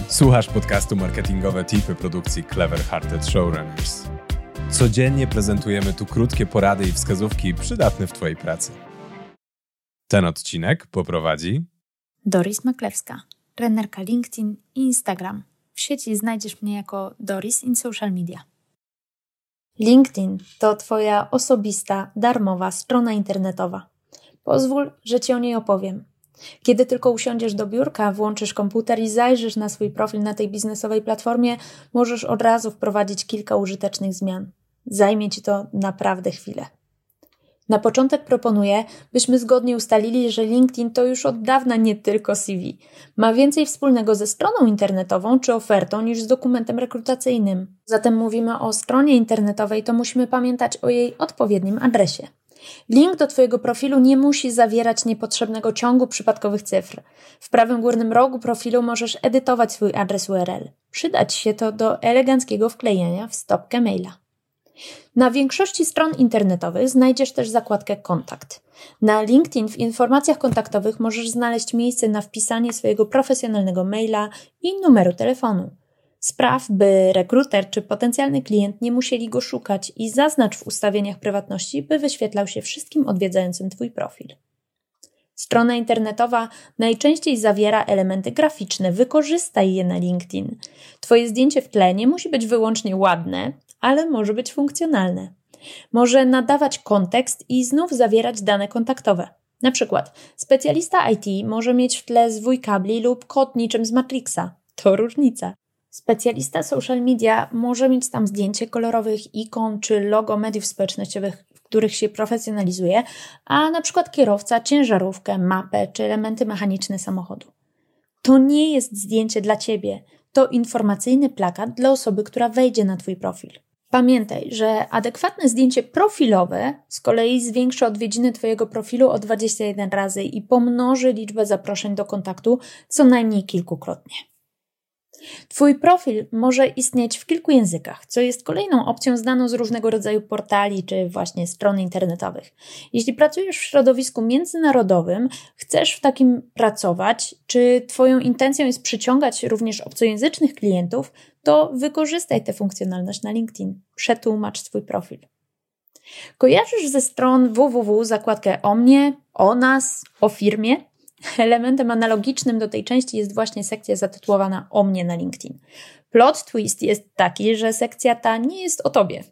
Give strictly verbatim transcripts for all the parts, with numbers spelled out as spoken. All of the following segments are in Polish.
Słuchasz podcastu Marketingowe Tipy produkcji Clever Hearted Showrunners. Codziennie prezentujemy tu krótkie porady i wskazówki przydatne w Twojej pracy. Ten odcinek poprowadzi Doris Maklewska, trenerka LinkedIn i Instagram. W sieci znajdziesz mnie jako Doris in Social Media. LinkedIn to Twoja osobista, darmowa strona internetowa. Pozwól, że Ci o niej opowiem. Kiedy tylko usiądziesz do biurka, włączysz komputer i zajrzysz na swój profil na tej biznesowej platformie, możesz od razu wprowadzić kilka użytecznych zmian. Zajmie Ci to naprawdę chwilę. Na początek proponuję, byśmy zgodnie ustalili, że LinkedIn to już od dawna nie tylko C V. Ma więcej wspólnego ze stroną internetową czy ofertą niż z dokumentem rekrutacyjnym. Zatem mówimy o stronie internetowej, to musimy pamiętać o jej odpowiednim adresie. Link do Twojego profilu nie musi zawierać niepotrzebnego ciągu przypadkowych cyfr. W prawym górnym rogu profilu możesz edytować swój adres U R L. Przydać się to do eleganckiego wklejenia w stopkę maila. Na większości stron internetowych znajdziesz też zakładkę Kontakt. Na LinkedIn w informacjach kontaktowych możesz znaleźć miejsce na wpisanie swojego profesjonalnego maila i numeru telefonu. Spraw, by rekruter czy potencjalny klient nie musieli go szukać i zaznacz w ustawieniach prywatności, by wyświetlał się wszystkim odwiedzającym Twój profil. Strona internetowa najczęściej zawiera elementy graficzne, wykorzystaj je na LinkedIn. Twoje zdjęcie w tle nie musi być wyłącznie ładne, ale może być funkcjonalne. Może nadawać kontekst i znów zawierać dane kontaktowe. Na przykład specjalista I T może mieć w tle zwój kabli lub kod niczym z Matrixa. To różnica. Specjalista social media może mieć tam zdjęcie kolorowych ikon czy logo mediów społecznościowych, w których się profesjonalizuje, a na przykład kierowca ciężarówkę, mapę czy elementy mechaniczne samochodu. To nie jest zdjęcie dla Ciebie, to informacyjny plakat dla osoby, która wejdzie na Twój profil. Pamiętaj, że adekwatne zdjęcie profilowe z kolei zwiększy odwiedziny Twojego profilu o dwadzieścia jeden razy i pomnoży liczbę zaproszeń do kontaktu co najmniej kilkukrotnie. Twój profil może istnieć w kilku językach, co jest kolejną opcją znaną z różnego rodzaju portali czy właśnie stron internetowych. Jeśli pracujesz w środowisku międzynarodowym, chcesz w takim pracować, czy Twoją intencją jest przyciągać również obcojęzycznych klientów, to wykorzystaj tę funkcjonalność na LinkedIn. Przetłumacz swój profil. Kojarzysz ze stron www zakładkę o mnie, o nas, o firmie? Elementem analogicznym do tej części jest właśnie sekcja zatytułowana o mnie na LinkedIn. Plot twist jest taki, że sekcja ta nie jest o Tobie.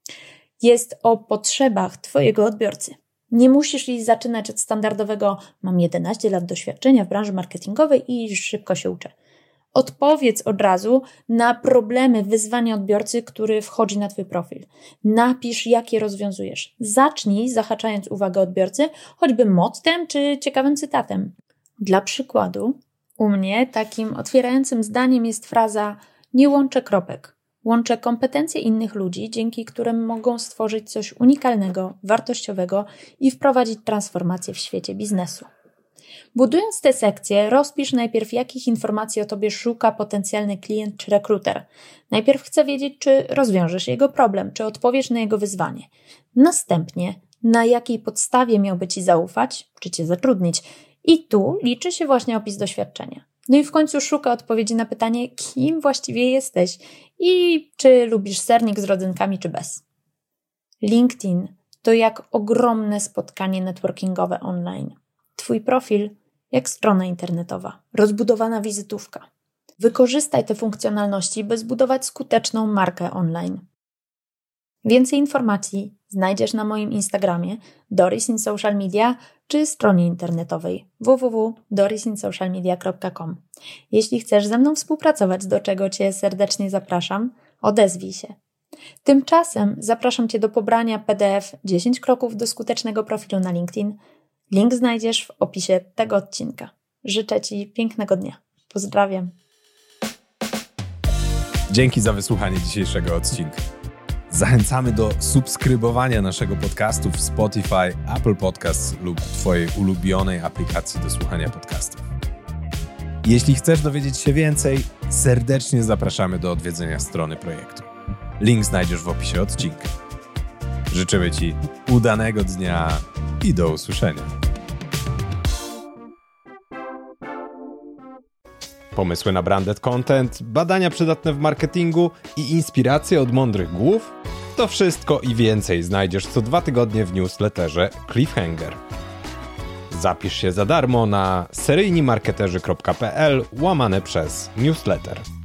Jest o potrzebach Twojego odbiorcy. Nie musisz jej zaczynać od standardowego mam jedenaście lat doświadczenia w branży marketingowej i szybko się uczę. Odpowiedz od razu na problemy, wyzwania odbiorcy, który wchodzi na Twój profil. Napisz, jak je rozwiązujesz. Zacznij zahaczając uwagę odbiorcy, choćby mottem czy ciekawym cytatem. Dla przykładu, u mnie takim otwierającym zdaniem jest fraza nie łączę kropek. Łączę kompetencje innych ludzi, dzięki którym mogą stworzyć coś unikalnego, wartościowego i wprowadzić transformację w świecie biznesu. Budując tę sekcję, rozpisz najpierw, jakich informacji o Tobie szuka potencjalny klient czy rekruter. Najpierw chcę wiedzieć, czy rozwiążesz jego problem, czy odpowiesz na jego wyzwanie. Następnie, na jakiej podstawie miałby Ci zaufać, czy Cię zatrudnić. I tu liczy się właśnie opis doświadczenia. No i w końcu szuka odpowiedzi na pytanie, kim właściwie jesteś i czy lubisz sernik z rodzynkami, czy bez. LinkedIn to jak ogromne spotkanie networkingowe online. Twój profil jak strona internetowa, rozbudowana wizytówka. Wykorzystaj te funkcjonalności, by zbudować skuteczną markę online. Więcej informacji znajdziesz na moim Instagramie Doris in Social Media czy stronie internetowej w w w kropka doris in social media kropka com. Jeśli chcesz ze mną współpracować, do czego Cię serdecznie zapraszam, odezwij się. Tymczasem zapraszam Cię do pobrania P D F dziesięć kroków do skutecznego profilu na LinkedIn. Link znajdziesz w opisie tego odcinka. Życzę Ci pięknego dnia. Pozdrawiam. Dzięki za wysłuchanie dzisiejszego odcinka. Zachęcamy do subskrybowania naszego podcastu w Spotify, Apple Podcasts lub Twojej ulubionej aplikacji do słuchania podcastów. Jeśli chcesz dowiedzieć się więcej, serdecznie zapraszamy do odwiedzenia strony projektu. Link znajdziesz w opisie odcinka. Życzymy Ci udanego dnia i do usłyszenia. Pomysły na branded content, badania przydatne w marketingu i inspiracje od mądrych głów? To wszystko i więcej znajdziesz co dwa tygodnie w newsletterze Cliffhanger. Zapisz się za darmo na seryjnimarketerzy kropka p l łamane przez newsletter.